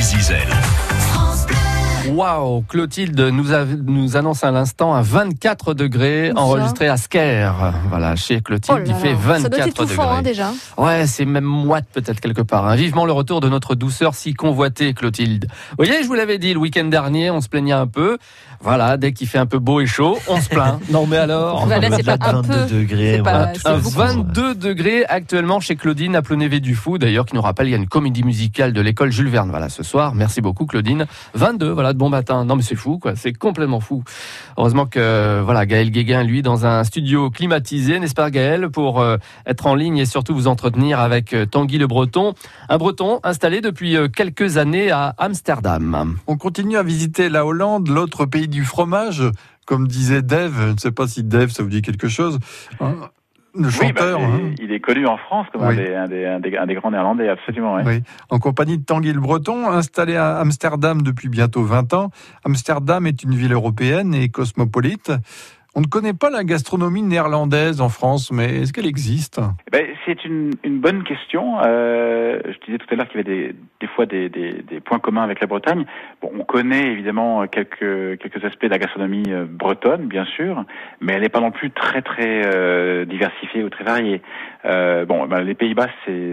Zizel. Waouh, Clotilde nous annonce à l'instant à 24 degrés enregistré à Sker. Voilà, chez Clotilde, il fait 24 ça doit être étouffant, degrés. Déjà. Ouais, c'est même moite peut-être quelque part. Vivement le retour de notre douceur si convoitée, Clotilde. Vous voyez, je vous l'avais dit, le week-end dernier, on se plaignait un peu. Voilà, dès qu'il fait un peu beau et chaud, on se plaint. Non mais alors, là, c'est pas un 22 peu, degrés. un 22 degrés actuellement chez Claudine à Plonévé-du-Fou, d'ailleurs, qui nous rappelle, il y a une comédie musicale de l'école Jules Verne, voilà, ce soir. Merci beaucoup, Claudine. 22, voilà, de bon matin. Non, mais c'est fou, quoi. C'est complètement fou. Heureusement que, voilà, Gaël Guéguin, lui, dans un studio climatisé, n'est-ce pas, Gaël, pour être en ligne et surtout vous entretenir avec Tanguy le Breton. Un Breton installé depuis quelques années à Amsterdam. On continue à visiter la Hollande, l'autre pays du fromage, comme disait Dave. Je ne sais pas si Dave, ça vous dit quelque chose. Le chanteur. Il est connu en France comme un des grands néerlandais, absolument. Oui. Oui. En compagnie de Tanguy le Breton, installé à Amsterdam depuis bientôt 20 ans. Amsterdam est une ville européenne et cosmopolite. On ne connaît pas la gastronomie néerlandaise en France, mais est-ce qu'elle existe ? C'est une bonne question. Je disais tout à l'heure qu'il y avait des fois des points communs avec la Bretagne. Bon, on connaît évidemment quelques aspects de la gastronomie bretonne, bien sûr, mais elle n'est pas non plus très très diversifiée ou très variée. Les Pays-Bas,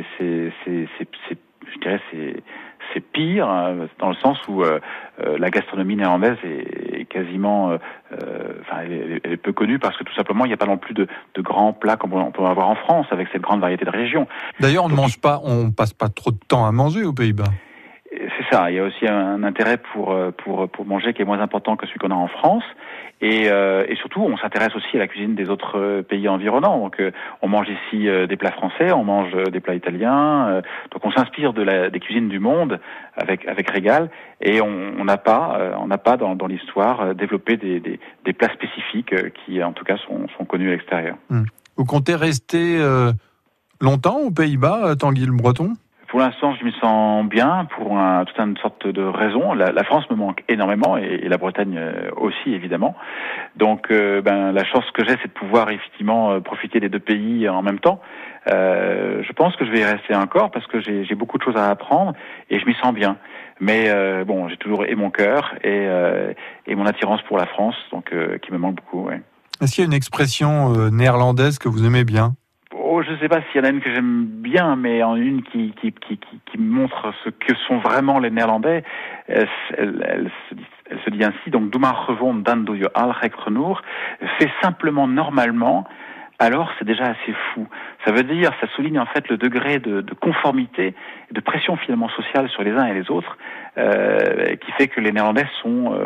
c'est pire, dans le sens où la gastronomie néerlandaise est quasiment... elle est peu connue parce que tout simplement, il n'y a pas non plus de grands plats comme on peut avoir en France, avec cette grande variété de régions. D'ailleurs, on passe pas trop de temps à manger aux Pays-Bas. C'est ça, il y a aussi un intérêt pour manger qui est moins important que celui qu'on a en France. Et surtout, on s'intéresse aussi à la cuisine des autres pays environnants. Donc, on mange ici des plats français, on mange des plats italiens. Donc, on s'inspire des cuisines du monde avec régal. Et on n'a pas dans l'histoire développé des plats spécifiques qui, en tout cas, sont connus à l'extérieur. Vous comptez rester longtemps aux Pays-Bas, Tanguy le Breton ? Pour l'instant, je m'y sens bien pour toute une sorte de raison. La France me manque énormément et la Bretagne aussi, évidemment. Donc, la chance que j'ai, c'est de pouvoir effectivement profiter des deux pays en même temps. Je pense que je vais y rester encore parce que j'ai beaucoup de choses à apprendre et je m'y sens bien. Mais j'ai toujours mon cœur et mon attirance pour la France, donc qui me manque beaucoup. Ouais. Est-ce qu'il y a une expression néerlandaise que vous aimez bien ? Je ne sais pas s'il y en a une que j'aime bien, mais en une qui montre ce que sont vraiment les Néerlandais. Elle se dit ainsi, donc doe maar gewoon, dan doe je al gek genoeg. Fais simplement normalement, alors c'est déjà assez fou. Ça veut dire, ça souligne en fait le degré de conformité, de pression finalement sociale sur les uns et les autres, qui fait que les Néerlandais sont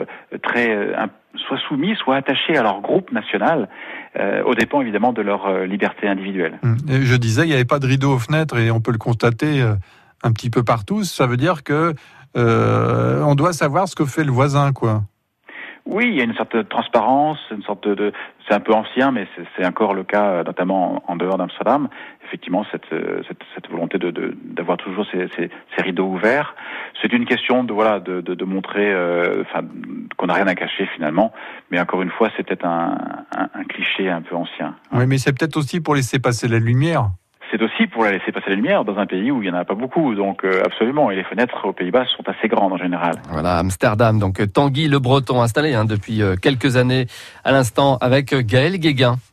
soit soumis, soit attachés à leur groupe national, aux dépens évidemment de leur liberté individuelle. Et je disais, il n'y avait pas de rideau aux fenêtres et on peut le constater un petit peu partout. Ça veut dire que on doit savoir ce que fait le voisin, quoi. Oui, il y a une sorte de transparence, une sorte c'est un peu ancien, mais c'est encore le cas, notamment en dehors d'Amsterdam. Effectivement, cette volonté d'avoir toujours ces rideaux ouverts. C'est une question de montrer, qu'on n'a rien à cacher finalement. Mais encore une fois, c'est peut-être un cliché un peu ancien. Oui, mais c'est peut-être aussi pour laisser passer la lumière. C'est aussi pour laisser passer la lumière dans un pays où il n'y en a pas beaucoup. Donc absolument, et les fenêtres aux Pays-Bas sont assez grandes en général. Voilà, Amsterdam, donc Tanguy le Breton installé depuis quelques années à l'instant avec Gaël Guéguin.